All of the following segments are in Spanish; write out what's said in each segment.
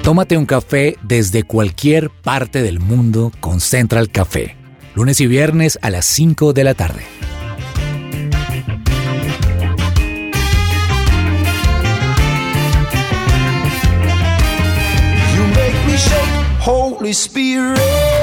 Tómate un café desde cualquier parte del mundo con Central Café. Lunes y viernes a las 5 de la tarde. You make me shake, Holy Spirit.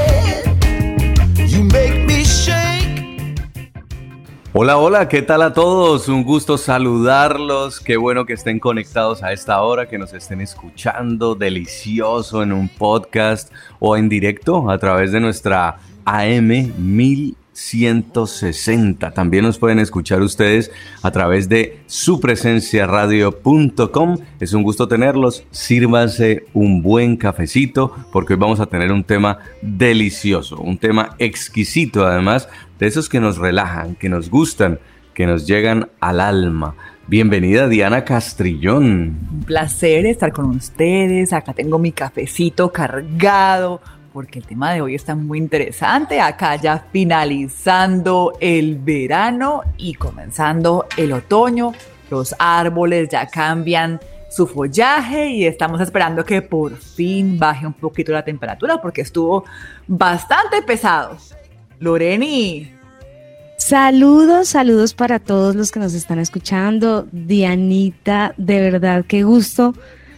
You make me shake. Hola, hola, ¿qué tal a todos? Un gusto saludarlos, qué bueno que estén conectados a esta hora, que nos estén escuchando, delicioso en un podcast o en directo a través de nuestra AM 1160. También nos pueden escuchar ustedes a través de supresenciaradio.com. Es un gusto tenerlos, sírvanse un buen cafecito porque hoy vamos a tener un tema delicioso, un tema exquisito además, de esos que nos relajan, que nos gustan, que nos llegan al alma. Bienvenida Diana Castrillón. Un placer estar con ustedes. Acá tengo mi cafecito cargado porque el tema de hoy está muy interesante. Acá ya finalizando el verano y comenzando el otoño. Los árboles ya cambian su follaje y estamos esperando que por fin baje un poquito la temperatura porque estuvo bastante pesado. Loreni. Saludos para todos los que nos están escuchando. Dianita, de verdad, qué gusto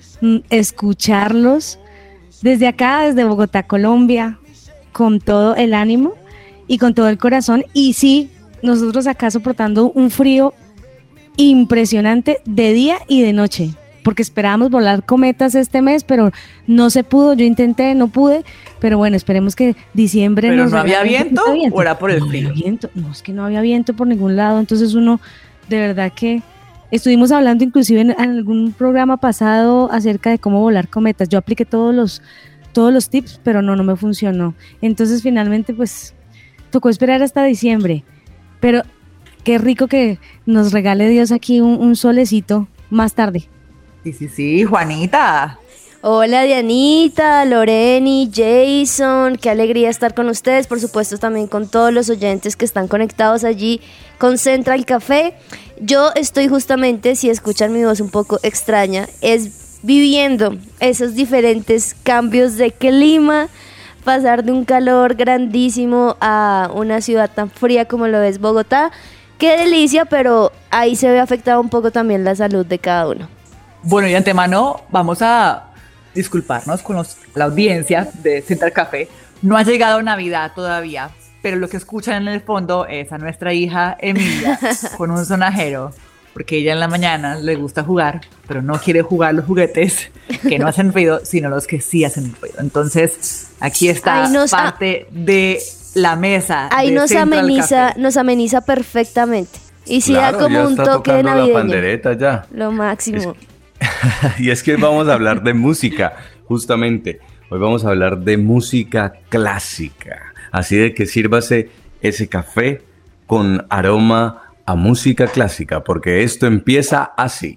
escucharlos desde acá, desde Bogotá, Colombia, con todo el ánimo y con todo el corazón. Y sí, nosotros acá soportando un frío impresionante de día y de noche, porque esperábamos volar cometas este mes, pero no se pudo. Yo intenté, no pude, pero bueno, esperemos que diciembre ¿Pero nos no había viento o era por el no frío? Había viento. No, es que no había viento por ningún lado, entonces uno, de verdad que estuvimos hablando inclusive en algún programa pasado acerca de cómo volar cometas. Yo apliqué todos los tips, pero no me funcionó. Entonces finalmente pues tocó esperar hasta diciembre, pero qué rico que nos regale Dios aquí un solecito más tarde. Sí, Juanita. Hola Dianita, Loreni, Jason, qué alegría estar con ustedes, por supuesto también con todos los oyentes que están conectados allí con Central Café. Yo estoy justamente, si escuchan mi voz un poco extraña, es viviendo esos diferentes cambios de clima, pasar de un calor grandísimo a una ciudad tan fría como lo es Bogotá. Qué delicia, pero ahí se ve afectada un poco también la salud de cada uno. Bueno, y de antemano vamos a disculparnos con la audiencia de Central Café. No ha llegado Navidad todavía, pero lo que escuchan en el fondo es a nuestra hija Emilia con un sonajero, porque ella en la mañana le gusta jugar, pero no quiere jugar los juguetes que no hacen ruido, sino los que sí hacen ruido. Entonces, aquí está parte de la mesa. Ahí nos ameniza perfectamente. Y si claro, da como un toque de navideño. La pandereta ya. Lo máximo. Y es que vamos a hablar de música, justamente. Hoy vamos a hablar de música clásica. Así de que sírvase ese café con aroma a música clásica, porque esto empieza así.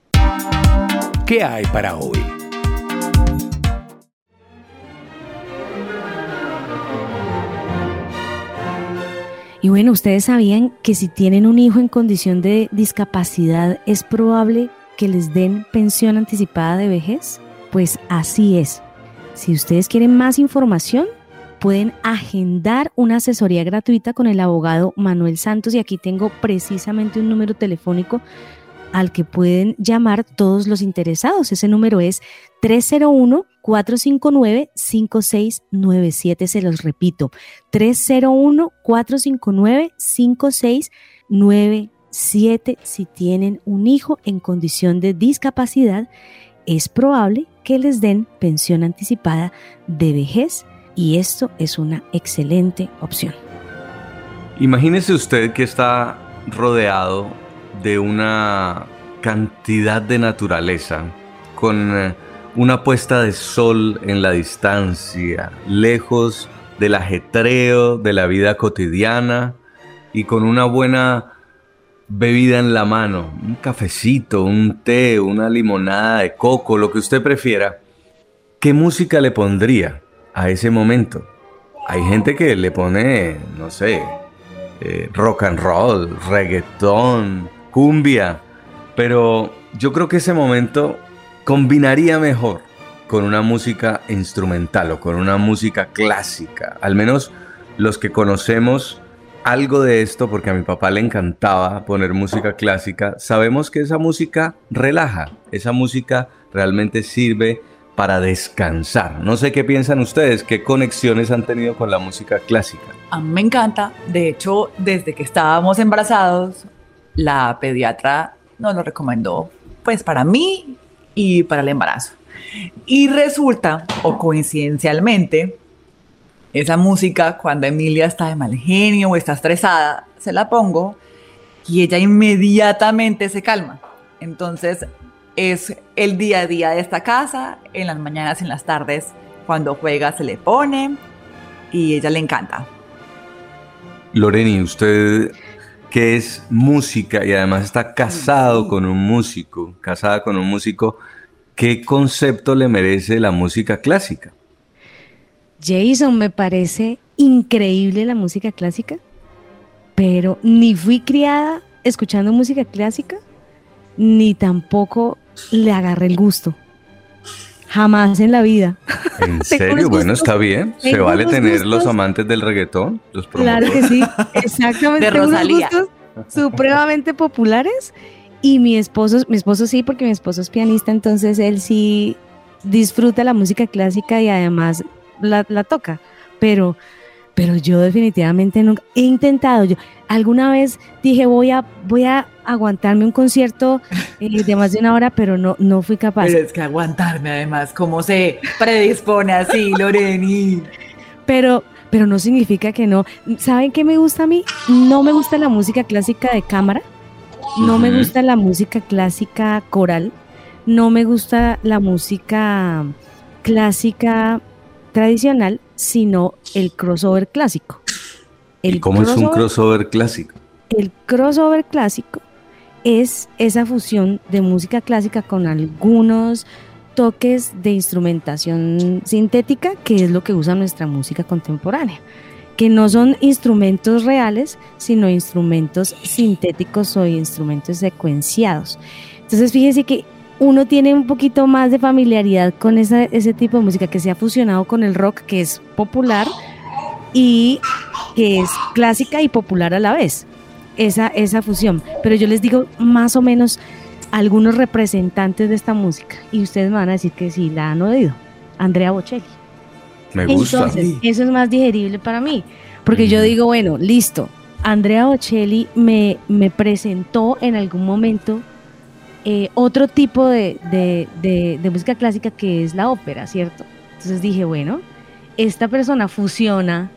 ¿Qué hay para hoy? Y bueno, ¿ustedes sabían que si tienen un hijo en condición de discapacidad es probable que les den pensión anticipada de vejez? Pues así es. Si ustedes quieren más información, pueden agendar una asesoría gratuita con el abogado Manuel Santos y aquí tengo precisamente un número telefónico al que pueden llamar todos los interesados. Ese número es 301-459-5697, se los repito, 301-459-5697. Si tienen un hijo en condición de discapacidad, es probable que les den pensión anticipada de vejez y esto es una excelente opción. Imagínese usted que está rodeado de una cantidad de naturaleza, con una puesta de sol en la distancia, lejos del ajetreo de la vida cotidiana y con una buena bebida en la mano, un cafecito, un té, una limonada de coco, lo que usted prefiera. ¿Qué música le pondría a ese momento? Hay gente que le pone, no sé, rock and roll, reggaetón, cumbia, pero yo creo que ese momento combinaría mejor con una música instrumental o con una música clásica? Al menos los que conocemos algo de esto, porque a mi papá le encantaba poner música clásica, sabemos que esa música relaja, esa música realmente sirve para descansar. No sé qué piensan ustedes, qué conexiones han tenido con la música clásica. A mí me encanta. De hecho, desde que estábamos embarazados, la pediatra nos lo recomendó, pues para mí y para el embarazo. Y resulta, o coincidencialmente, esa música, cuando Emilia está de mal genio o está estresada, se la pongo y ella inmediatamente se calma. Entonces, es el día a día de esta casa, en las mañanas y en las tardes, cuando juega se le pone y a ella le encanta. Loreni, usted que es música y además está casada con un músico, ¿qué concepto le merece la música clásica? Jason, me parece increíble la música clásica, pero ni fui criada escuchando música clásica, ni tampoco le agarré el gusto. Jamás en la vida. ¿En serio? Bueno, está bien. Se vale tener los amantes del reggaetón, los promotores. Claro que sí, exactamente. De Rosalía. Unos gustos supremamente populares. Y mi esposo sí, porque mi esposo es pianista, entonces él sí disfruta la música clásica y además la toca. Pero yo definitivamente nunca he intentado. Yo alguna vez dije voy a aguantarme un concierto de más de una hora, pero no fui capaz. Pero es que aguantarme además, ¿cómo se predispone así, Loreni? Pero no significa que no. ¿Saben qué me gusta a mí? No me gusta la música clásica de cámara, no me gusta la música clásica coral, no me gusta la música clásica tradicional, sino el crossover clásico. ¿Y cómo es un crossover clásico? El crossover clásico es esa fusión de música clásica con algunos toques de instrumentación sintética, que es lo que usa nuestra música contemporánea, que no son instrumentos reales, sino instrumentos sintéticos o instrumentos secuenciados. Entonces fíjese que uno tiene un poquito más de familiaridad con ese tipo de música que se ha fusionado con el rock, que es popular y que es clásica y popular a la vez, esa fusión. Pero yo les digo más o menos algunos representantes de esta música y ustedes me van a decir que sí la han oído. Andrea Bocelli. Me gusta. Entonces, eso es más digerible para mí, porque yo digo, bueno, listo, Andrea Bocelli me presentó en algún momento otro tipo de música clásica, que es la ópera, ¿cierto? Entonces dije, bueno, esta persona fusiona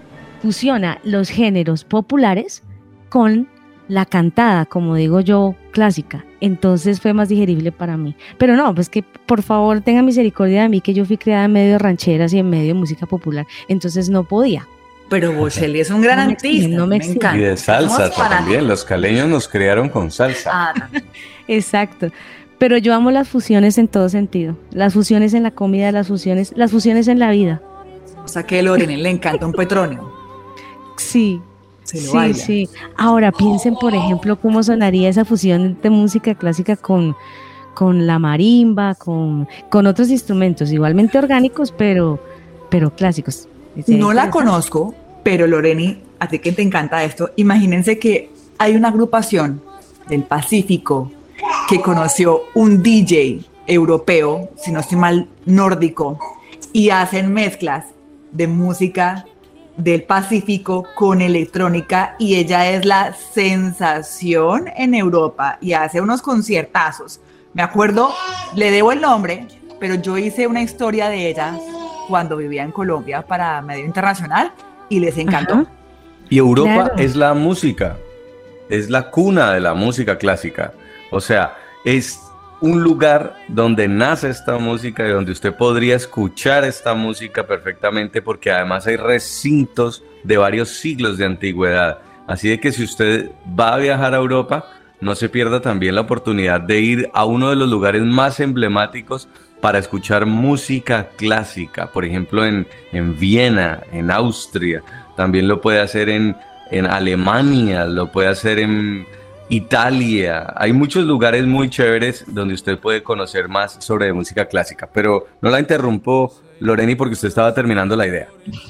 los géneros populares con la cantada, como digo yo, clásica. Entonces fue más digerible para mí. Pero no, pues que por favor tenga misericordia de mí, que yo fui criada en medio de rancheras y en medio de música popular, entonces no podía. Pero Bocelli es un gran artista, me encanta. Y de salsa también, los caleños nos criaron con salsa. Exacto. Pero yo amo las fusiones en todo sentido. Las fusiones en la comida, las fusiones en la vida. O sea que a Lorena le encanta un Petronio. Sí. Sí. Ahora piensen, por ejemplo, cómo sonaría esa fusión de música clásica con la marimba, con otros instrumentos igualmente orgánicos, pero clásicos. No la conozco, pero Loreni, a ti que te encanta esto, imagínense que hay una agrupación del Pacífico que conoció un DJ europeo, si no estoy mal, nórdico, y hacen mezclas de música del Pacífico con electrónica, y ella es la sensación en Europa y hace unos conciertazos. Me acuerdo, le debo el nombre, pero yo hice una historia de ella cuando vivía en Colombia para Medio Internacional y les encantó. Ajá. Y Europa es la música, es la cuna de la música clásica. O sea, es un lugar donde nace esta música y donde usted podría escuchar esta música perfectamente, porque además hay recintos de varios siglos de antigüedad. Así de que si usted va a viajar a Europa, no se pierda también la oportunidad de ir a uno de los lugares más emblemáticos para escuchar música clásica. Por ejemplo, en Viena, en Austria. También lo puede hacer en Alemania, lo puede hacer en Italia. Hay muchos lugares muy chéveres donde usted puede conocer más sobre música clásica, pero no la interrumpo, Loreni, porque usted estaba terminando la idea.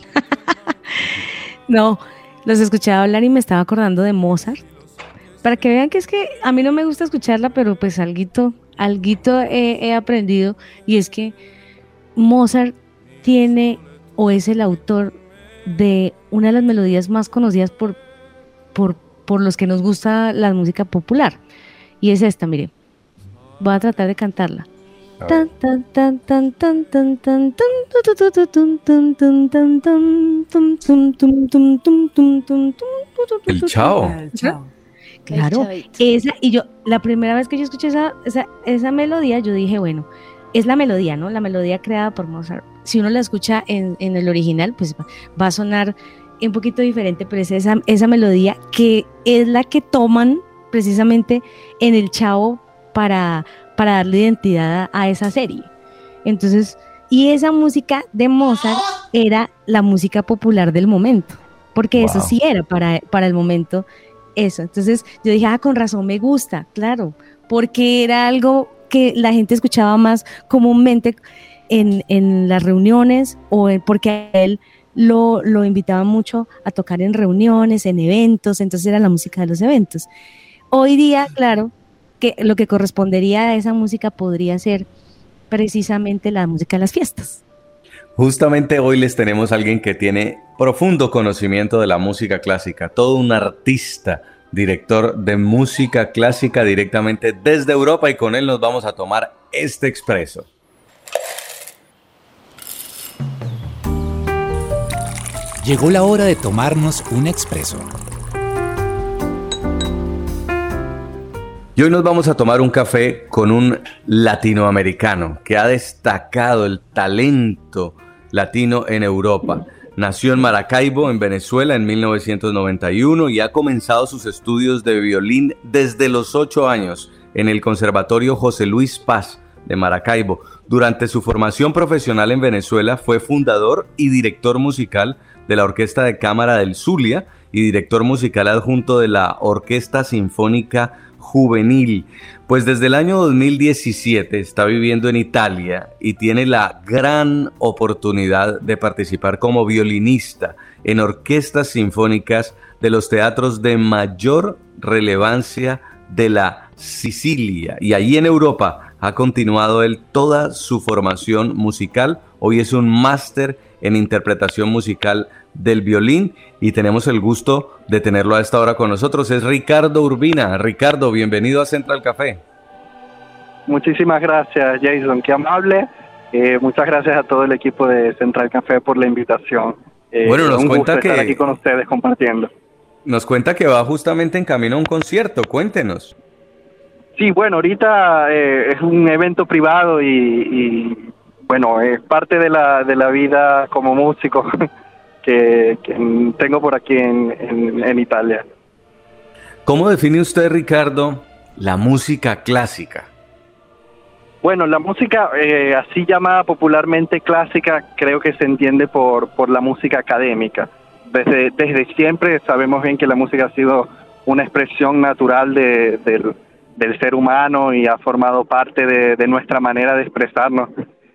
No, los escuchaba hablar y me estaba acordando de Mozart. Para que vean que es que a mí no me gusta escucharla, pero pues alguito he aprendido, y es que Mozart tiene o es el autor de una de las melodías más conocidas por los que nos gusta la música popular, y es esta, mire, voy a tratar de cantarla. Tan tan tan tan tan tan tan El Chao. Claro, esa, y yo, la primera vez que yo escuché esa melodía, yo dije, bueno, es la melodía, ¿no? La melodía creada por Mozart. Si uno la escucha en el original, pues va a sonar un poquito diferente, pero es esa melodía que es la que toman precisamente en el Chavo para darle identidad a esa serie. Entonces, y esa música de Mozart era la música popular del momento, porque eso sí era para el momento eso. Entonces yo dije, con razón me gusta, claro, porque era algo que la gente escuchaba más comúnmente en las reuniones, porque a él lo invitaban mucho a tocar en reuniones, en eventos, entonces era la música de los eventos. Hoy día, claro, que lo que correspondería a esa música podría ser precisamente la música de las fiestas. Justamente hoy les tenemos a alguien que tiene profundo conocimiento de la música clásica, todo un artista, director de música clásica directamente desde Europa, y con él nos vamos a tomar este expreso. Llegó la hora de tomarnos un expreso. Y hoy nos vamos a tomar un café con un latinoamericano que ha destacado el talento latino en Europa. Nació en Maracaibo, en Venezuela, en 1991 y ha comenzado sus estudios de violín desde los 8 años en el Conservatorio José Luis Paz de Maracaibo. Durante su formación profesional en Venezuela fue fundador y director musical de la Orquesta de Cámara del Zulia y director musical adjunto de la Orquesta Sinfónica Juvenil. Pues desde el año 2017 está viviendo en Italia y tiene la gran oportunidad de participar como violinista en orquestas sinfónicas de los teatros de mayor relevancia de la Sicilia, y allí en Europa ha continuado él toda su formación musical. Hoy es un máster en interpretación musical del violín y tenemos el gusto de tenerlo a esta hora con nosotros. Es Ricardo Urbina. Ricardo, bienvenido a Central Café. Muchísimas gracias, Jason, qué amable. Muchas gracias a todo el equipo de Central Café por la invitación. Bueno, nos un cuenta gusto estar aquí con ustedes compartiendo. Nos cuenta que va justamente en camino a un concierto. Cuéntenos. Sí, bueno, ahorita es un evento privado y bueno, es parte de la vida como músico que tengo por aquí en Italia. ¿Cómo define usted, Ricardo, la música clásica? Bueno, la música así llamada popularmente clásica creo que se entiende por la música académica. Desde siempre sabemos bien que la música ha sido una expresión natural del ser humano y ha formado parte de nuestra manera de expresarnos.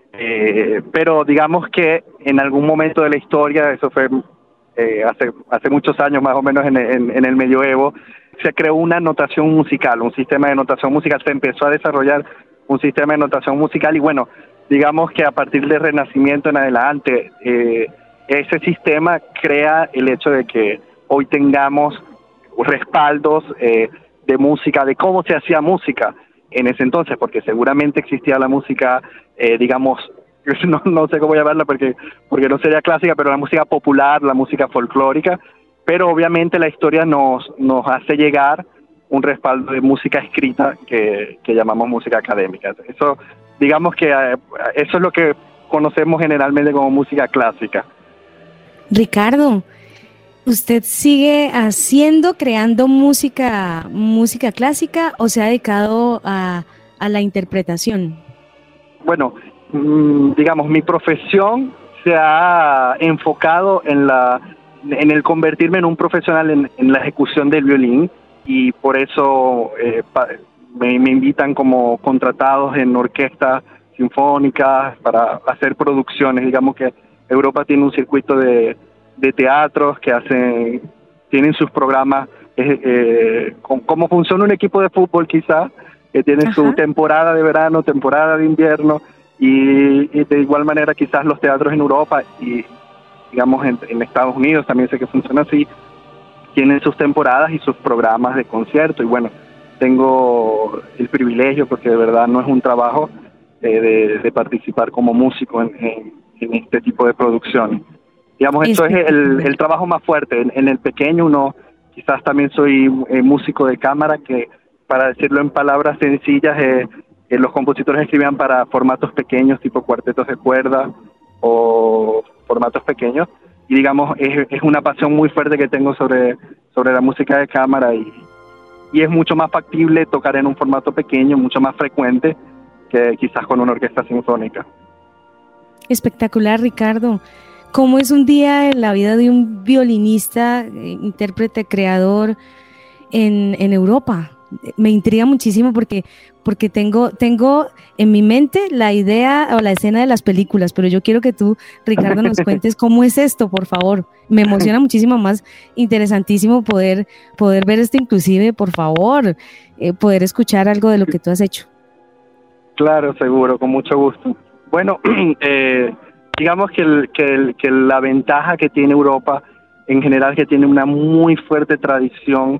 Pero digamos que en algún momento de la historia, eso fue hace muchos años más o menos en el medioevo, se creó una notación musical, un sistema de notación musical, se empezó a desarrollar un sistema de notación musical y bueno, digamos que a partir del Renacimiento en adelante, ese sistema crea el hecho de que hoy tengamos respaldos de música, de cómo se hacía música en ese entonces, porque seguramente existía la música, digamos, no sé cómo llamarla porque no sería clásica, pero la música popular, la música folclórica, pero obviamente la historia nos hace llegar un respaldo de música escrita que llamamos música académica. Eso, digamos que eso es lo que conocemos generalmente como música clásica. Ricardo, ¿usted sigue creando música clásica o se ha dedicado a la interpretación? Bueno, digamos, mi profesión se ha enfocado en el convertirme en un profesional en la ejecución del violín. y por eso me invitan como contratados en orquestas sinfónicas para hacer producciones. Digamos que Europa tiene un circuito de teatros que tienen sus programas, como funciona un equipo de fútbol quizás, que tiene su temporada de verano, temporada de invierno, y de igual manera quizás los teatros en Europa y digamos en Estados Unidos también sé que funciona así, tienen sus temporadas y sus programas de concierto. Y bueno, tengo el privilegio, porque de verdad no es un trabajo, de participar como músico en este tipo de producciones. Digamos, esto es el trabajo más fuerte. En el pequeño uno, quizás también soy músico de cámara, que para decirlo en palabras sencillas, los compositores escribían para formatos pequeños, tipo cuartetos de cuerda o formatos pequeños, y digamos, es una pasión muy fuerte que tengo sobre la música de cámara, y es mucho más factible tocar en un formato pequeño, mucho más frecuente que quizás con una orquesta sinfónica. Espectacular, Ricardo. ¿Cómo es un día en la vida de un violinista, intérprete, creador en Europa? Me intriga muchísimo porque tengo en mi mente la idea o la escena de las películas, pero yo quiero que tú, Ricardo, nos cuentes cómo es esto, por favor. Me emociona muchísimo, más interesantísimo poder ver esto, inclusive, por favor, poder escuchar algo de lo que tú has hecho. Claro, seguro, con mucho gusto. Bueno, digamos que la ventaja que tiene Europa en general, que tiene una muy fuerte tradición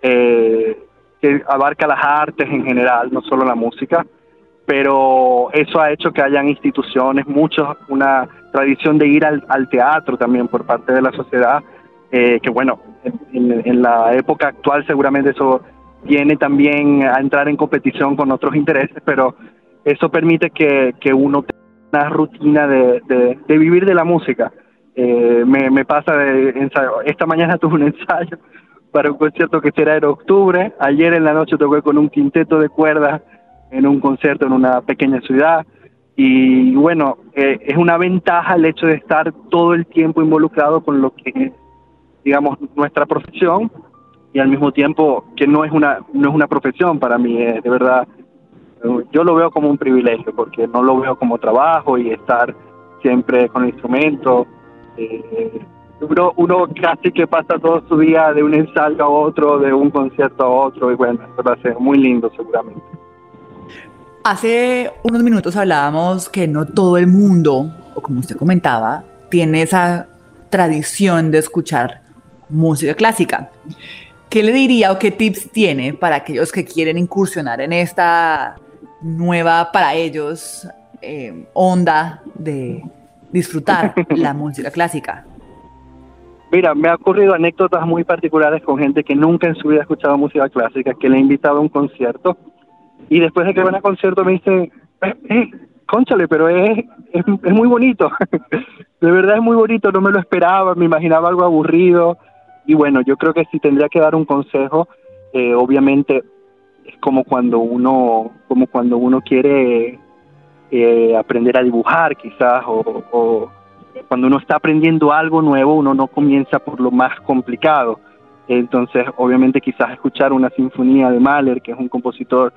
que abarca las artes en general, no solo la música, pero eso ha hecho que hayan instituciones, una tradición de ir al teatro también por parte de la sociedad, que bueno, en la época actual seguramente eso viene también a entrar en competición con otros intereses, pero eso permite que uno tenga una rutina de vivir de la música. Me pasa de ensayo. Esta mañana tuve un ensayo para un concierto que será en octubre. Ayer en la noche toqué con un quinteto de cuerdas en un concierto en una pequeña ciudad. Y bueno, es una ventaja el hecho de estar todo el tiempo involucrado con lo que es, digamos, nuestra profesión, y al mismo tiempo que no es una profesión para mí, de verdad. Yo lo veo como un privilegio, porque no lo veo como trabajo, y estar siempre con el instrumento. Uno casi que pasa todo su día de un ensayo a otro, de un concierto a otro, y bueno, eso va a ser muy lindo seguramente. Hace unos minutos hablábamos que no todo el mundo, o como usted comentaba, tiene esa tradición de escuchar música clásica. ¿Qué le diría o qué tips tiene para aquellos que quieren incursionar en esta nueva, para ellos, onda de disfrutar la música clásica? Mira, me ha ocurrido anécdotas muy particulares con gente que nunca en su vida ha escuchado música clásica, que le he invitado a un concierto, y después de que van al concierto me dicen, cónchale, pero es muy bonito. De verdad es muy bonito, no me lo esperaba, me imaginaba algo aburrido. Y bueno, yo creo que si tendría que dar un consejo, obviamente es como cuando uno quiere aprender a dibujar, quizás, o cuando uno está aprendiendo algo nuevo, uno no comienza por lo más complicado. Entonces, obviamente, quizás escuchar una sinfonía de Mahler, que es un compositor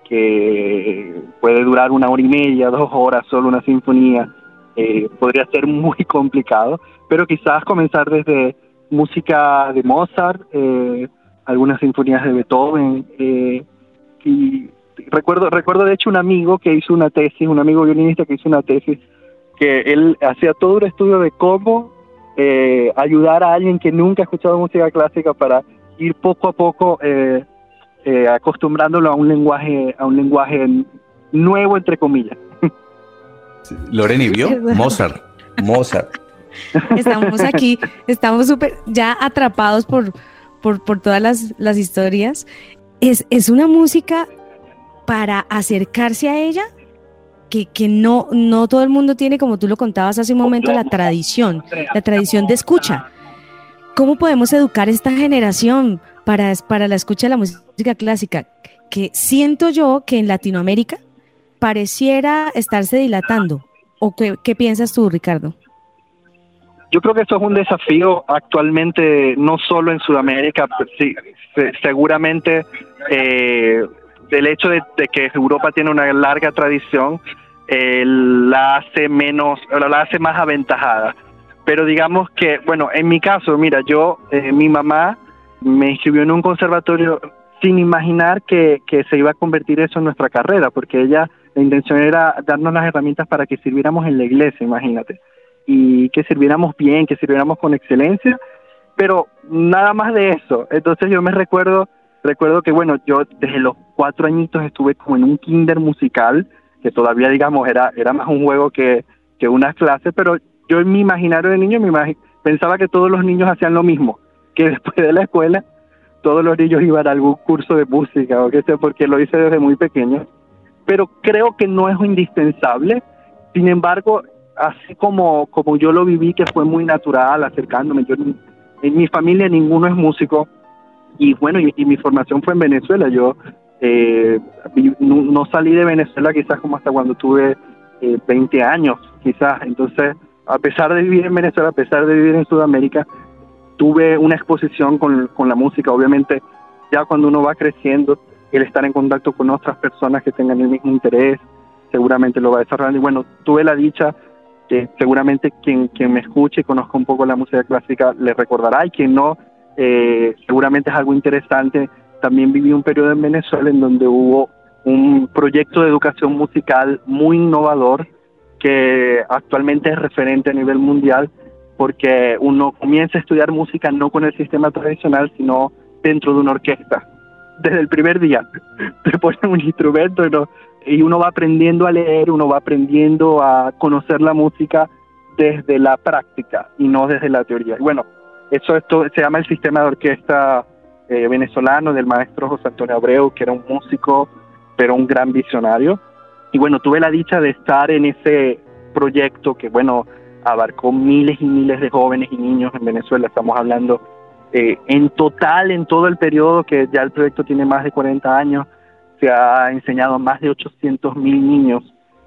que puede durar 1 hora y media, 2 horas, solo una sinfonía, podría ser muy complicado, pero quizás comenzar desde música de Mozart, algunas sinfonías de Beethoven, y recuerdo de hecho un amigo que hizo una tesis, un amigo violinista que hizo una tesis, que él hacía todo un estudio de cómo ayudar a alguien que nunca ha escuchado música clásica para ir poco a poco acostumbrándolo a un lenguaje nuevo, entre comillas. Loreni, ¿vio? Mozart. Estamos aquí, estamos súper ya atrapados por todas las historias. Es una música para acercarse a ella que no todo el mundo tiene, como tú lo contabas hace un momento, la tradición de escucha. ¿Cómo podemos educar a esta generación para la escucha de la música clásica? Que siento yo que en Latinoamérica pareciera estarse dilatando. ¿O qué piensas tú, Ricardo? Yo creo que eso es un desafío actualmente, no solo en Sudamérica, pues sí, seguramente el hecho de que Europa tiene una larga tradición la hace más aventajada. Pero digamos que, bueno, en mi caso, mira, mi mamá me inscribió en un conservatorio sin imaginar que se iba a convertir eso en nuestra carrera, porque la intención era darnos las herramientas para que sirviéramos en la iglesia, imagínate, y que sirviéramos bien, que sirviéramos con excelencia, pero nada más de eso. Entonces yo recuerdo que, bueno, yo desde los 4 añitos estuve como en un kinder musical, que todavía, digamos, era más un juego que unas clases, pero yo en mi imaginario de niño pensaba que todos los niños hacían lo mismo, que después de la escuela todos los niños iban a algún curso de música o qué sé, porque lo hice desde muy pequeño, pero creo que no es indispensable. Sin embargo, así como yo lo viví, que fue muy natural, acercándome, en mi familia ninguno es músico, y bueno, y mi formación fue en Venezuela. Yo no salí de Venezuela quizás como hasta cuando tuve 20 años, quizás. Entonces, a pesar de vivir en Venezuela, a pesar de vivir en Sudamérica, tuve una exposición con la música. Obviamente, ya cuando uno va creciendo, el estar en contacto con otras personas que tengan el mismo interés, seguramente lo va desarrollando. Y bueno, tuve la dicha que seguramente quien me escuche y conozca un poco la música clásica le recordará, y quien no, seguramente es algo interesante. También viví un periodo en Venezuela en donde hubo un proyecto de educación musical muy innovador que actualmente es referente a nivel mundial, porque uno comienza a estudiar música no con el sistema tradicional, sino dentro de una orquesta. Desde el primer día te ponen un instrumento y uno va aprendiendo a leer, uno va aprendiendo a conocer la música desde la práctica y no desde la teoría. Y bueno, esto se llama el sistema de orquesta venezolano del maestro José Antonio Abreu, que era un músico, pero un gran visionario. Y bueno, tuve la dicha de estar en ese proyecto que, bueno, abarcó miles y miles de jóvenes y niños en Venezuela. Estamos hablando en total, en todo el periodo, que ya el proyecto tiene más de 40 años, se ha enseñado a más de 800,000 niños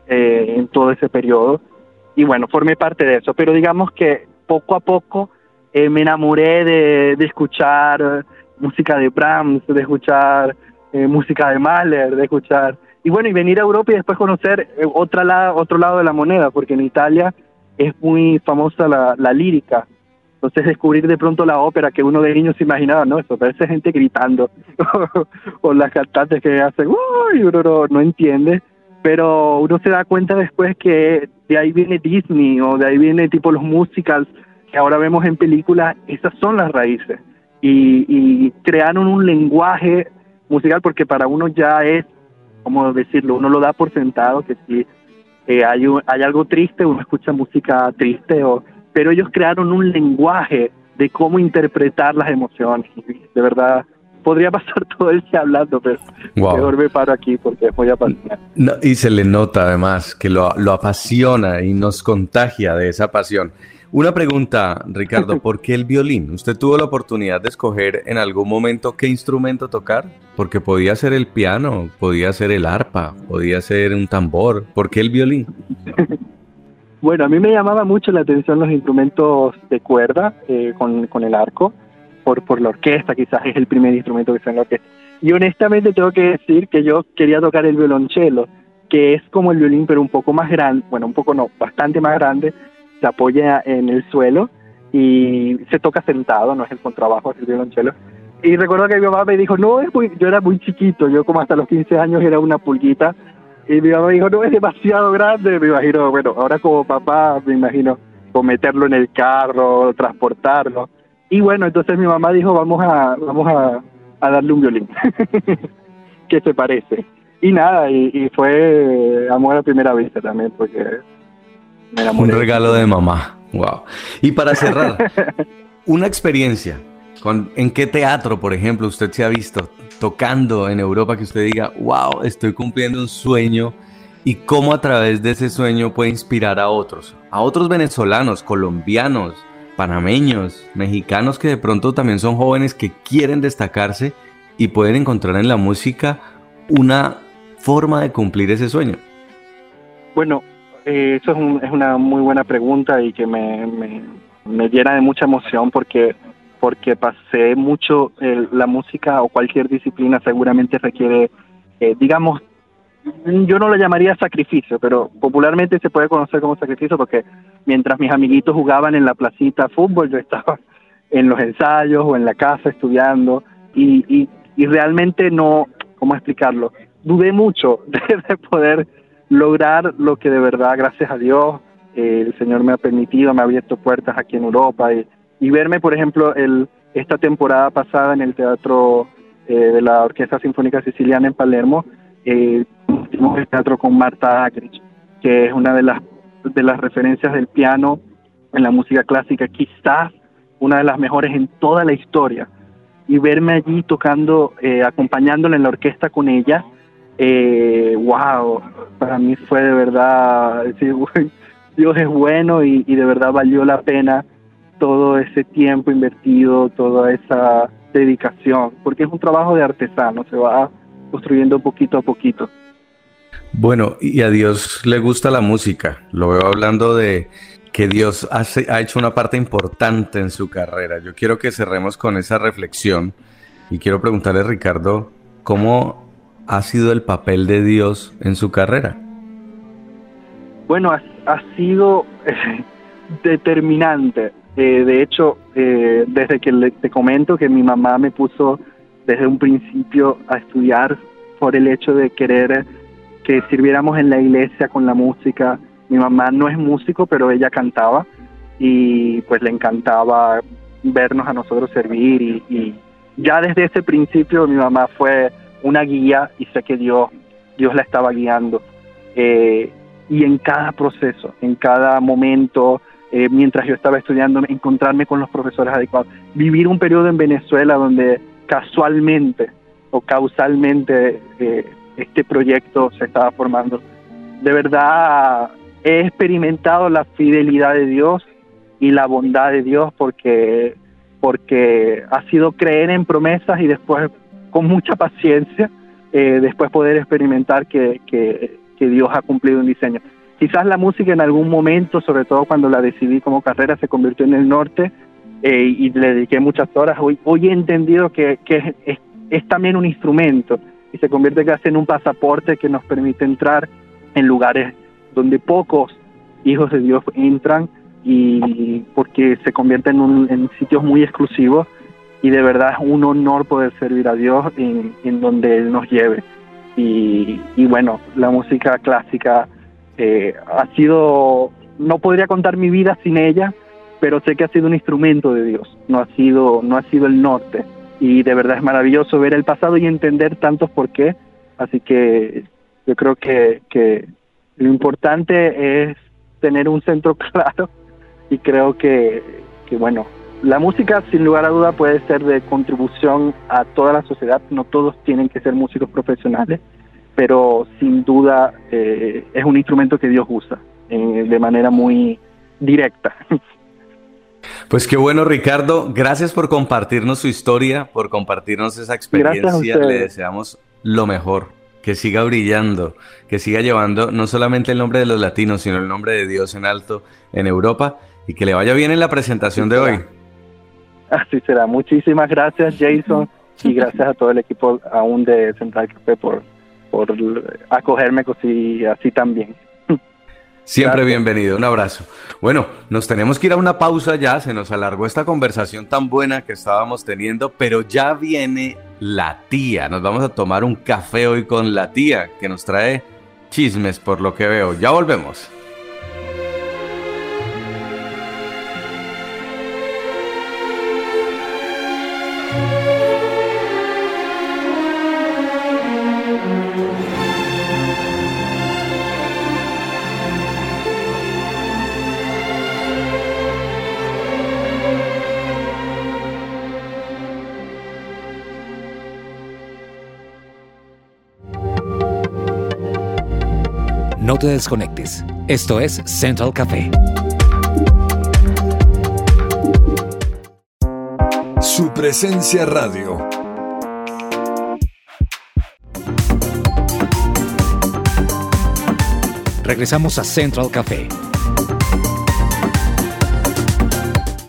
en todo ese periodo. Y bueno, formé parte de eso. Pero digamos que poco a poco me enamoré de escuchar música de Brahms, de escuchar música de Mahler, de escuchar... Y bueno, y venir a Europa y después conocer otro lado de la moneda, porque en Italia es muy famosa la lírica. Entonces descubrir de pronto la ópera, que uno de niños se imaginaba, no, eso parece gente gritando, o las cantantes que hacen, uy, uno no entiende, pero uno se da cuenta después que de ahí viene Disney, o de ahí viene tipo los musicals que ahora vemos en películas. Esas son las raíces, y crearon un lenguaje musical, porque para uno ya es, ¿cómo decirlo? Uno lo da por sentado, que si hay algo triste, uno escucha música triste, pero ellos crearon un lenguaje de cómo interpretar las emociones. De verdad, podría pasar todo el día hablando, pero mejor me paro aquí porque es muy apasionante. No, y se le nota además que lo apasiona y nos contagia de esa pasión. Una pregunta, Ricardo, ¿por qué el violín? ¿Usted tuvo la oportunidad de escoger en algún momento qué instrumento tocar? Porque podía ser el piano, podía ser el arpa, podía ser un tambor. ¿Por qué el violín? Bueno, a mí me llamaba mucho la atención los instrumentos de cuerda, con el arco, por la orquesta. Quizás es el primer instrumento que está en la orquesta. Y honestamente tengo que decir que yo quería tocar el violonchelo, que es como el violín, pero un poco más grande, bueno, un poco no, bastante más grande. Se apoya en el suelo y se toca sentado, no es el contrabajo, es el violonchelo. Y recuerdo que mi mamá me dijo, no, yo era muy chiquito, yo como hasta los 15 años era una pulguita, y mi mamá me dijo, no, es demasiado grande. Me imagino, bueno, ahora como papá, me imagino, o meterlo en el carro, transportarlo. Y bueno, entonces mi mamá dijo, vamos a darle un violín, que se parece. Y nada, y fue amor a primera vista también, porque... Un regalo de mamá. Wow. Y para cerrar, una experiencia. ¿En qué teatro, por ejemplo, usted se ha visto tocando en Europa que usted diga, wow, estoy cumpliendo un sueño? Y cómo a través de ese sueño puede inspirar a otros venezolanos, colombianos, panameños, mexicanos, que de pronto también son jóvenes que quieren destacarse y pueden encontrar en la música una forma de cumplir ese sueño. Bueno, eso es una muy buena pregunta, y que me me llena de mucha emoción porque pasé mucho, la música o cualquier disciplina seguramente requiere, digamos, yo no lo llamaría sacrificio, pero popularmente se puede conocer como sacrificio porque mientras mis amiguitos jugaban en la placita fútbol, yo estaba en los ensayos o en la casa estudiando y realmente no, ¿cómo explicarlo? Dudé mucho de poder lograr lo que de verdad, gracias a Dios, el Señor me ha permitido, me ha abierto puertas aquí en Europa y verme, por ejemplo, esta temporada pasada en el teatro de la Orquesta Sinfónica Siciliana en Palermo, hicimos el teatro con Marta Akrich, que es una de las referencias del piano en la música clásica, quizás una de las mejores en toda la historia, y verme allí tocando, acompañándola en la orquesta con ella, wow, para mí fue de verdad decir, Dios es bueno y de verdad valió la pena todo ese tiempo invertido, toda esa dedicación, porque es un trabajo de artesano, se va construyendo poquito a poquito. Bueno, y a Dios le gusta la música. Lo veo hablando de que Dios ha hecho una parte importante en su carrera. Yo quiero que cerremos con esa reflexión y quiero preguntarle, Ricardo, ¿cómo ha sido el papel de Dios en su carrera? Bueno, ha sido determinante. De hecho, desde que te comento que mi mamá me puso desde un principio a estudiar por el hecho de querer que sirviéramos en la iglesia con la música. Mi mamá no es músico, pero ella cantaba y pues le encantaba vernos a nosotros servir y ya desde ese principio mi mamá fue una guía y sé que Dios la estaba guiando. Y en cada proceso, en cada momento, mientras yo estaba estudiando, encontrarme con los profesores adecuados, vivir un periodo en Venezuela donde casualmente o causalmente este proyecto se estaba formando. De verdad he experimentado la fidelidad de Dios y la bondad de Dios porque ha sido creer en promesas y después con mucha paciencia después poder experimentar que Dios ha cumplido un diseño. Quizás la música en algún momento, sobre todo cuando la decidí como carrera, se convirtió en el norte y le dediqué muchas horas. Hoy he entendido que es también un instrumento y se convierte casi en un pasaporte que nos permite entrar en lugares donde pocos hijos de Dios entran y porque se convierte en sitios muy exclusivos y de verdad es un honor poder servir a Dios en donde Él nos lleve. Y bueno, la música clásica ha sido, no podría contar mi vida sin ella, pero sé que ha sido un instrumento de Dios, no ha sido el norte. Y de verdad es maravilloso ver el pasado y entender tantos por qué. Así que yo creo que lo importante es tener un centro claro y creo que bueno, la música sin lugar a duda puede ser de contribución a toda la sociedad, no todos tienen que ser músicos profesionales, pero sin duda es un instrumento que Dios usa de manera muy directa. Pues qué bueno, Ricardo, gracias por compartirnos su historia, por compartirnos esa experiencia. Le deseamos lo mejor, que siga brillando, que siga llevando no solamente el nombre de los latinos, sino el nombre de Dios en alto en Europa y que le vaya bien en la presentación de hoy. Así será. Muchísimas gracias, Jason, y gracias a todo el equipo aún de Central Café por acogerme así también. Siempre Gracias. Bienvenido, un abrazo. Bueno, nos tenemos que ir a una pausa ya, se nos alargó esta conversación tan buena que estábamos teniendo, pero ya viene la tía. Nos vamos a tomar un café hoy con la tía, que nos trae chismes por lo que veo. Ya volvemos. No te desconectes. Esto es Central Café. Su presencia radio. Regresamos a Central Café.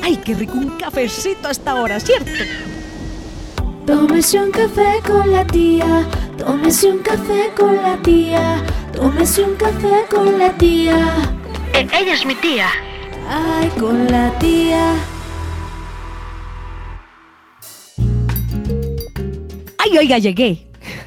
Ay, qué rico un cafecito a esta hora, ¿cierto? Tómese un café con la tía, tómese un café con la tía, tómese un café con la tía. Ella es mi tía. Ay, con la tía. Ay, oiga, llegué.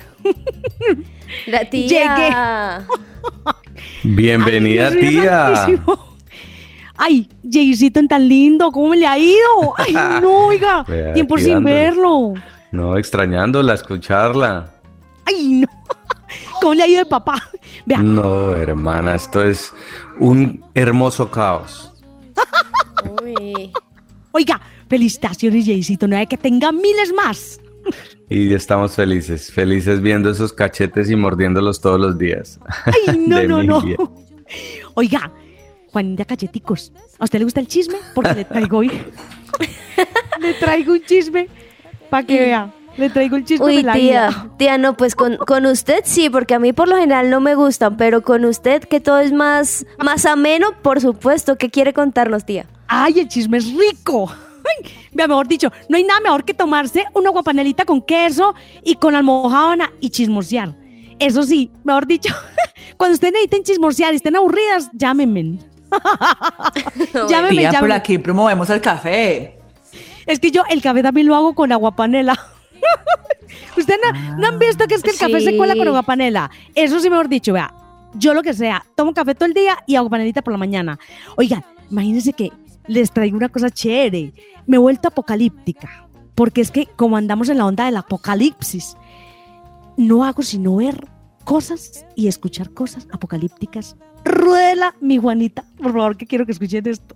La tía. Llegué. Bienvenida, Ay, tía. rapidísimo. Ay, Jaycito tan lindo, ¿cómo me le ha ido? Ay, no, oiga, Vea, tiempo aquí sin dándole. verlo. No, extrañándola, escucharla. Ay, no. ¿Cómo le ha ido de papá? Vea, No, hermana, esto es un hermoso caos. Uy. oiga, felicitaciones, Jaycito, no hay que tenga miles más. Y estamos felices viendo esos cachetes y mordiéndolos todos los días. Ay, no, De no, no. Emilia. Oiga, Juanita Cacheticos, ¿a usted le gusta el chisme? Porque le traigo hoy. Le traigo un chisme para que vea. Le traigo un chisme Uy, de la vida. tía, no, pues con usted sí, porque a mí por lo general no me gustan, pero con usted que todo es más ameno, por supuesto. ¿Qué quiere contarnos, tía? ¡Ay, el chisme es rico! Ay, vea, mejor dicho, no hay nada mejor que tomarse una aguapanelita con queso y con almojábana y chismosear. Eso sí, mejor dicho, cuando ustedes necesiten chismosear y estén aburridas, llámenme. Llámenme, Tía, por llámenme. aquí promovemos el café. Es que yo el café también lo hago con aguapanela. ¿Ustedes no han visto que es que el café se Sí. cuela con aguapanela? Eso sí, mejor dicho, vea, yo lo que sea, tomo café todo el día y aguapanelita por la mañana. Oigan, imagínense que les traigo una cosa chévere. Me he vuelto apocalíptica, porque es que como andamos en la onda del apocalipsis, no hago sino ver cosas y escuchar cosas apocalípticas. Ruédela, mi Juanita, por favor, que quiero que escuchen esto.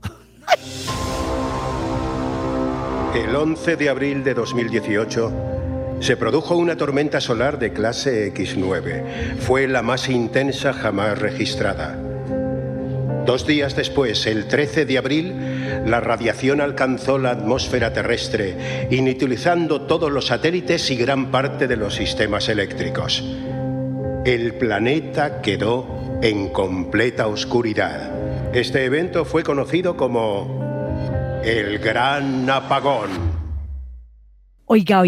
El 11 de abril de 2018 se produjo una tormenta solar de clase X9. Fue la más intensa jamás registrada. 2 días después, el 13 de abril, la radiación alcanzó la atmósfera terrestre, inutilizando todos los satélites y gran parte de los sistemas eléctricos. El planeta quedó en completa oscuridad. Este evento fue conocido como el Gran Apagón. Oiga.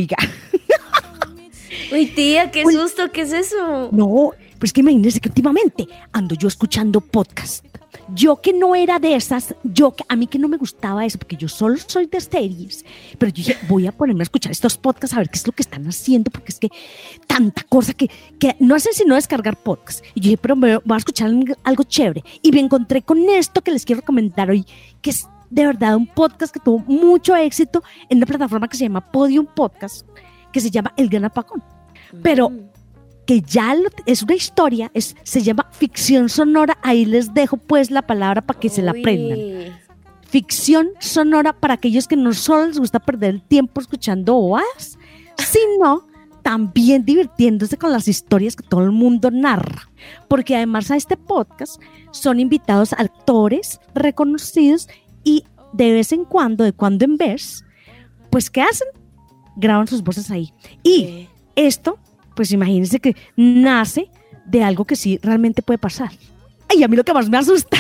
Uy, tía, qué Uy. susto, ¿qué es eso? No, pues que imagínense que últimamente ando yo escuchando podcast. Yo que no era de esas, a mí que no me gustaba eso, porque yo solo soy de series, pero yo dije, voy a ponerme a escuchar estos podcasts a ver qué es lo que están haciendo, porque es que tanta cosa que no hacen sino descargar podcasts. Y yo dije, pero me voy a escuchar algo chévere. Y me encontré con esto que les quiero recomendar hoy, que es de verdad un podcast que tuvo mucho éxito en una plataforma que se llama Podium Podcast, que se llama El Gran Apagón. Pero que ya es una historia, se llama ficción sonora. Ahí les dejo pues la palabra para que se la aprendan. Ficción sonora para aquellos que no solo les gusta perder el tiempo escuchando bobadas, sino también divirtiéndose con las historias que todo el mundo narra. Porque además a este podcast son invitados actores reconocidos y de vez en cuando, de cuando en vez, pues ¿qué hacen? Graban sus voces ahí. Y esto, pues imagínense que nace de algo que sí realmente puede pasar. Ay, a mí lo que más me asusta,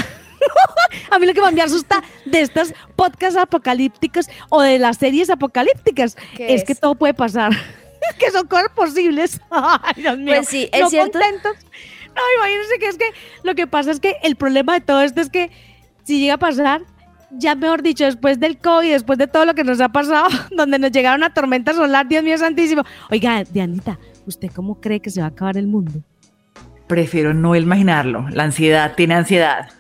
de estos podcasts apocalípticos o de las series apocalípticas es que todo puede pasar. Que son cosas posibles. Ay, Dios mío. Pues sí, es no cierto. contentos. No, imagínense que es que lo que pasa es que el problema de todo esto es que si llega a pasar, ya mejor dicho, después del COVID, después de todo lo que nos ha pasado, donde nos llegaron una tormenta solar, Dios mío santísimo. Oiga, Dianita, ¿usted cómo cree que se va a acabar el mundo? Prefiero no imaginarlo. La ansiedad tiene ansiedad.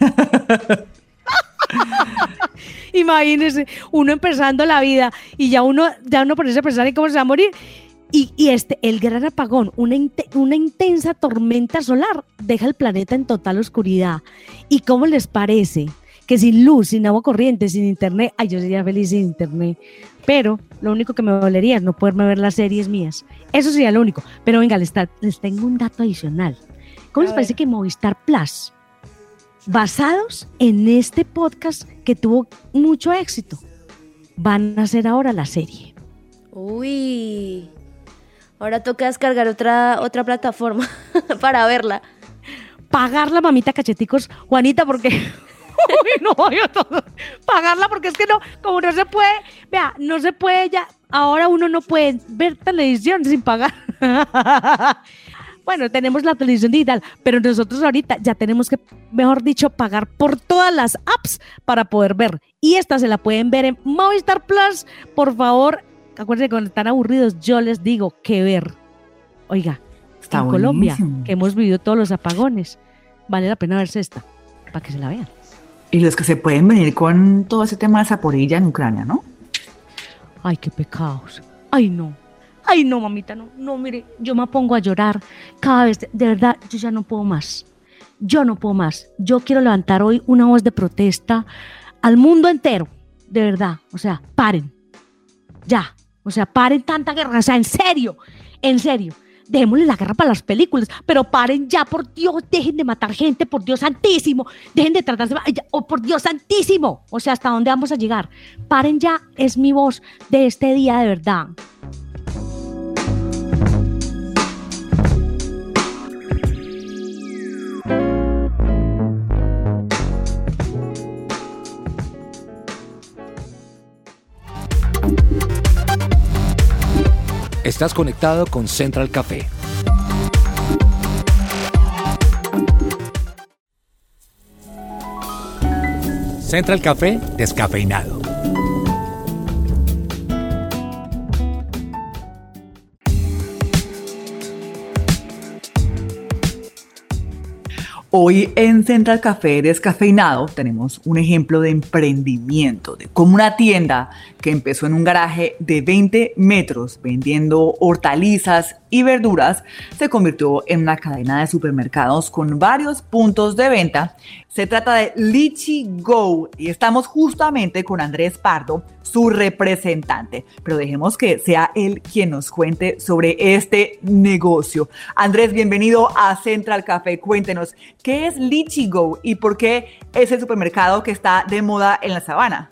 Imagínese, uno empezando la vida y ya uno ponerse a pensar en cómo se va a morir. Y el gran apagón, una intensa tormenta solar, deja el planeta en total oscuridad. ¿Y cómo les parece que sin luz, sin agua corriente, sin internet? Ay, yo sería feliz sin internet. Pero lo único que me dolería es no poderme ver las series mías. Eso sería lo único. Pero venga, les tengo un dato adicional. ¿Cómo les parece que Movistar Plus, basados en este podcast que tuvo mucho éxito, van a hacer ahora la serie? Uy, ahora toca descargar otra plataforma para verla. Pagar la mamita Cacheticos, Juanita, porque Uy, no, yo todo, pagarla porque es que no, como no se puede, vea, no se puede ya, ahora uno no puede ver televisión sin pagar. Bueno, tenemos la televisión digital, pero nosotros ahorita ya tenemos que, mejor dicho, pagar por todas las apps para poder ver. Y esta se la pueden ver en Movistar Plus. Por favor, acuérdense, cuando están aburridos, yo les digo que ver. Oiga, Está en buenísimo. Colombia, que hemos vivido todos los apagones, vale la pena verse esta, para que se la vean. Y los que se pueden venir con todo ese tema de Zaporilla en Ucrania, ¿no? Ay, qué pecados. Ay, no, mamita, no, mire, yo me pongo a llorar cada vez, de verdad, yo ya no puedo más. Yo quiero levantar hoy una voz de protesta al mundo entero, de verdad. O sea, paren, ya, o sea, paren tanta guerra, o sea, en serio, dejémosle la guerra para las películas, pero paren ya, por Dios, dejen de matar gente, por Dios santísimo, dejen de tratarse, por Dios santísimo, o sea, ¿hasta dónde vamos a llegar? Paren ya, es mi voz de este día, de verdad. Estás conectado con Central Café. Central Café descafeinado. Hoy en Central Café Descafeinado tenemos un ejemplo de emprendimiento, de cómo una tienda que empezó en un garaje de 20 metros vendiendo hortalizas y verduras se convirtió en una cadena de supermercados con varios puntos de venta. Se trata de Litchi Go y estamos justamente con Andrés Pardo, su representante. Pero dejemos que sea él quien nos cuente sobre este negocio. Andrés, bienvenido a Central Café. Cuéntenos, ¿qué es Litchi Go y por qué es el supermercado que está de moda en la Sabana?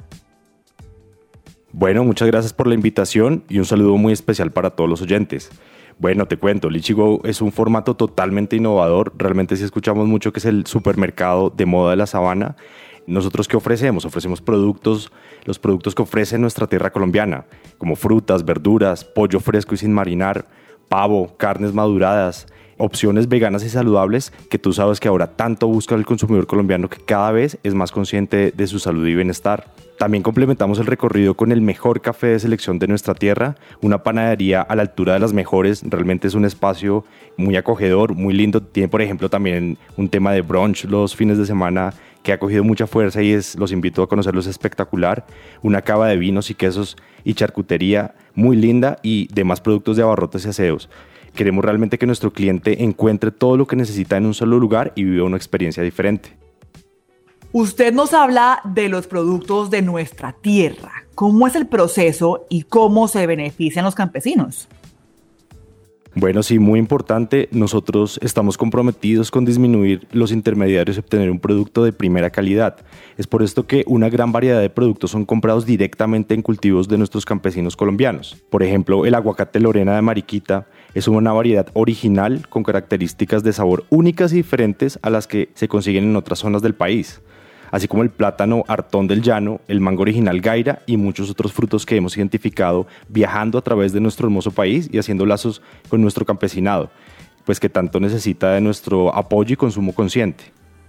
Bueno, muchas gracias por la invitación y un saludo muy especial para todos los oyentes. Bueno, te cuento, Litchi Go es un formato totalmente innovador. Realmente sí escuchamos mucho que es el supermercado de moda de la Sabana. ¿Nosotros qué ofrecemos? Ofrecemos productos, los productos que ofrece nuestra tierra colombiana, como frutas, verduras, pollo fresco y sin marinar, pavo, carnes maduradas, opciones veganas y saludables que tú sabes que ahora tanto busca el consumidor colombiano, que cada vez es más consciente de su salud y bienestar. También complementamos el recorrido con el mejor café de selección de nuestra tierra, una panadería a la altura de las mejores. Realmente es un espacio muy acogedor, muy lindo. Tiene, por ejemplo, también un tema de brunch los fines de semana que ha cogido mucha fuerza y los invito a conocerlo, es espectacular. Una cava de vinos y quesos y charcutería muy linda y demás productos de abarrotes y aseos. Queremos realmente que nuestro cliente encuentre todo lo que necesita en un solo lugar y viva una experiencia diferente. Usted nos habla de los productos de nuestra tierra. ¿Cómo es el proceso y cómo se benefician los campesinos? Bueno, sí, muy importante. Nosotros estamos comprometidos con disminuir los intermediarios y obtener un producto de primera calidad. Es por esto que una gran variedad de productos son comprados directamente en cultivos de nuestros campesinos colombianos. Por ejemplo, el aguacate Lorena de Mariquita es una variedad original con características de sabor únicas y diferentes a las que se consiguen en otras zonas del país, así como el plátano Artón del Llano, el mango original Gaira y muchos otros frutos que hemos identificado viajando a través de nuestro hermoso país y haciendo lazos con nuestro campesinado, pues que tanto necesita de nuestro apoyo y consumo consciente.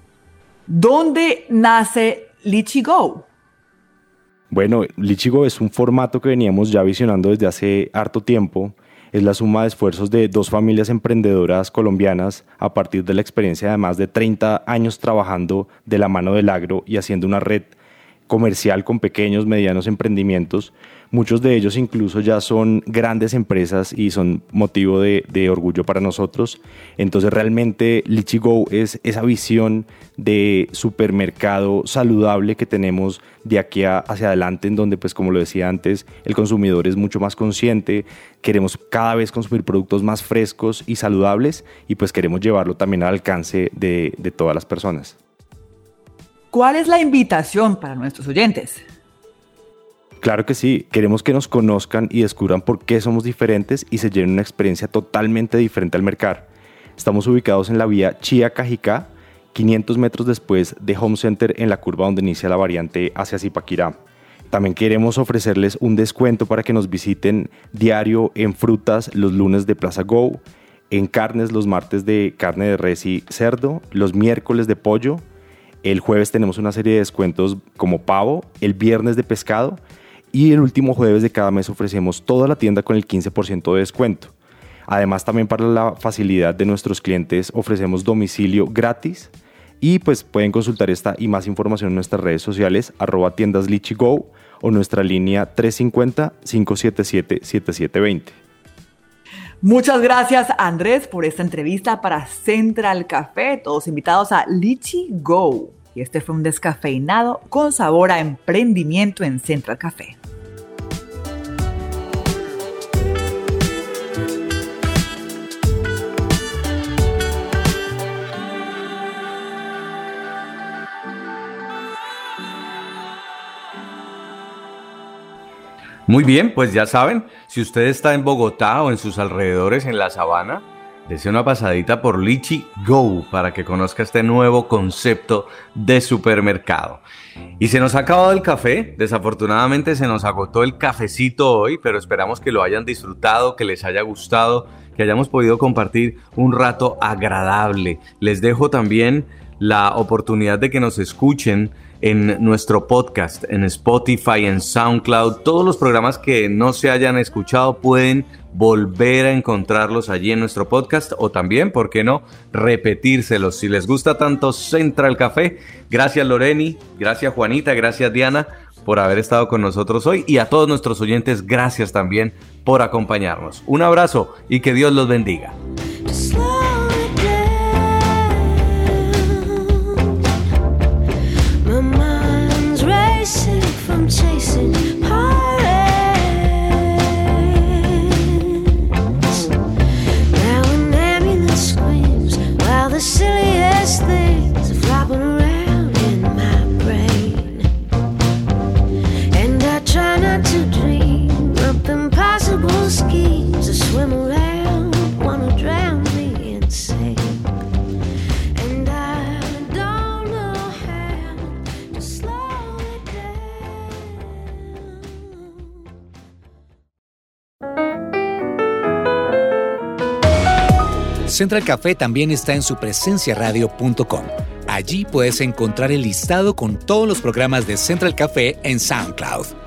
¿Dónde nace Litchi Go? Bueno, Litchi Go es un formato que veníamos ya visionando desde hace harto tiempo. Es la suma de esfuerzos de dos familias emprendedoras colombianas a partir de la experiencia de más de 30 años trabajando de la mano del agro y haciendo una red comercial con pequeños, medianos emprendimientos. Muchos de ellos incluso ya son grandes empresas y son motivo de orgullo para nosotros. Entonces realmente Litchi Go es esa visión de supermercado saludable que tenemos de aquí hacia adelante, en donde, pues como lo decía antes, el consumidor es mucho más consciente. Queremos cada vez consumir productos más frescos y saludables y pues queremos llevarlo también al alcance de todas las personas. ¿Cuál es la invitación para nuestros oyentes? Claro que sí, queremos que nos conozcan y descubran por qué somos diferentes y se lleven una experiencia totalmente diferente al mercado. Estamos ubicados en la vía Chía-Cajicá 500 metros después de Home Center en la curva donde inicia la variante hacia Zipaquirá. También queremos ofrecerles un descuento para que nos visiten diario en frutas los lunes de Plaza Go, en carnes los martes de carne de res y cerdo, los miércoles de pollo, el jueves tenemos una serie de descuentos como pavo, el viernes de pescado y el último jueves de cada mes ofrecemos toda la tienda con el 15% de descuento. Además, también para la facilidad de nuestros clientes ofrecemos domicilio gratis y pues pueden consultar esta y más información en nuestras redes sociales @tiendaslichigo o nuestra línea 350-577-7720. Muchas gracias, Andrés, por esta entrevista para Central Café. Todos invitados a Lichi Go. Y este fue un descafeinado con sabor a emprendimiento en Central Café. Muy bien, pues ya saben, si usted está en Bogotá o en sus alrededores en la Sabana, dese una pasadita por Lichi Go para que conozca este nuevo concepto de supermercado. Y se nos ha acabado el café, desafortunadamente se nos agotó el cafecito hoy, pero esperamos que lo hayan disfrutado, que les haya gustado, que hayamos podido compartir un rato agradable. Les dejo también la oportunidad de que nos escuchen en nuestro podcast, en Spotify, en SoundCloud. Todos los programas que no se hayan escuchado pueden volver a encontrarlos allí en nuestro podcast o también, ¿por qué no?, repetírselos. Si les gusta tanto Central Café, gracias Loreni, gracias Juanita, gracias Diana por haber estado con nosotros hoy y a todos nuestros oyentes, gracias también por acompañarnos. Un abrazo y que Dios los bendiga. From chasing pirates. Now an ambulance screams while the silliest things are flopping around in my brain. And I try not to dream up impossible schemes to swim around, wanna drown me insane. And I don't know how to slow. Central Café también está en supresenciaradio.com. Allí puedes encontrar el listado con todos los programas de Central Café en SoundCloud.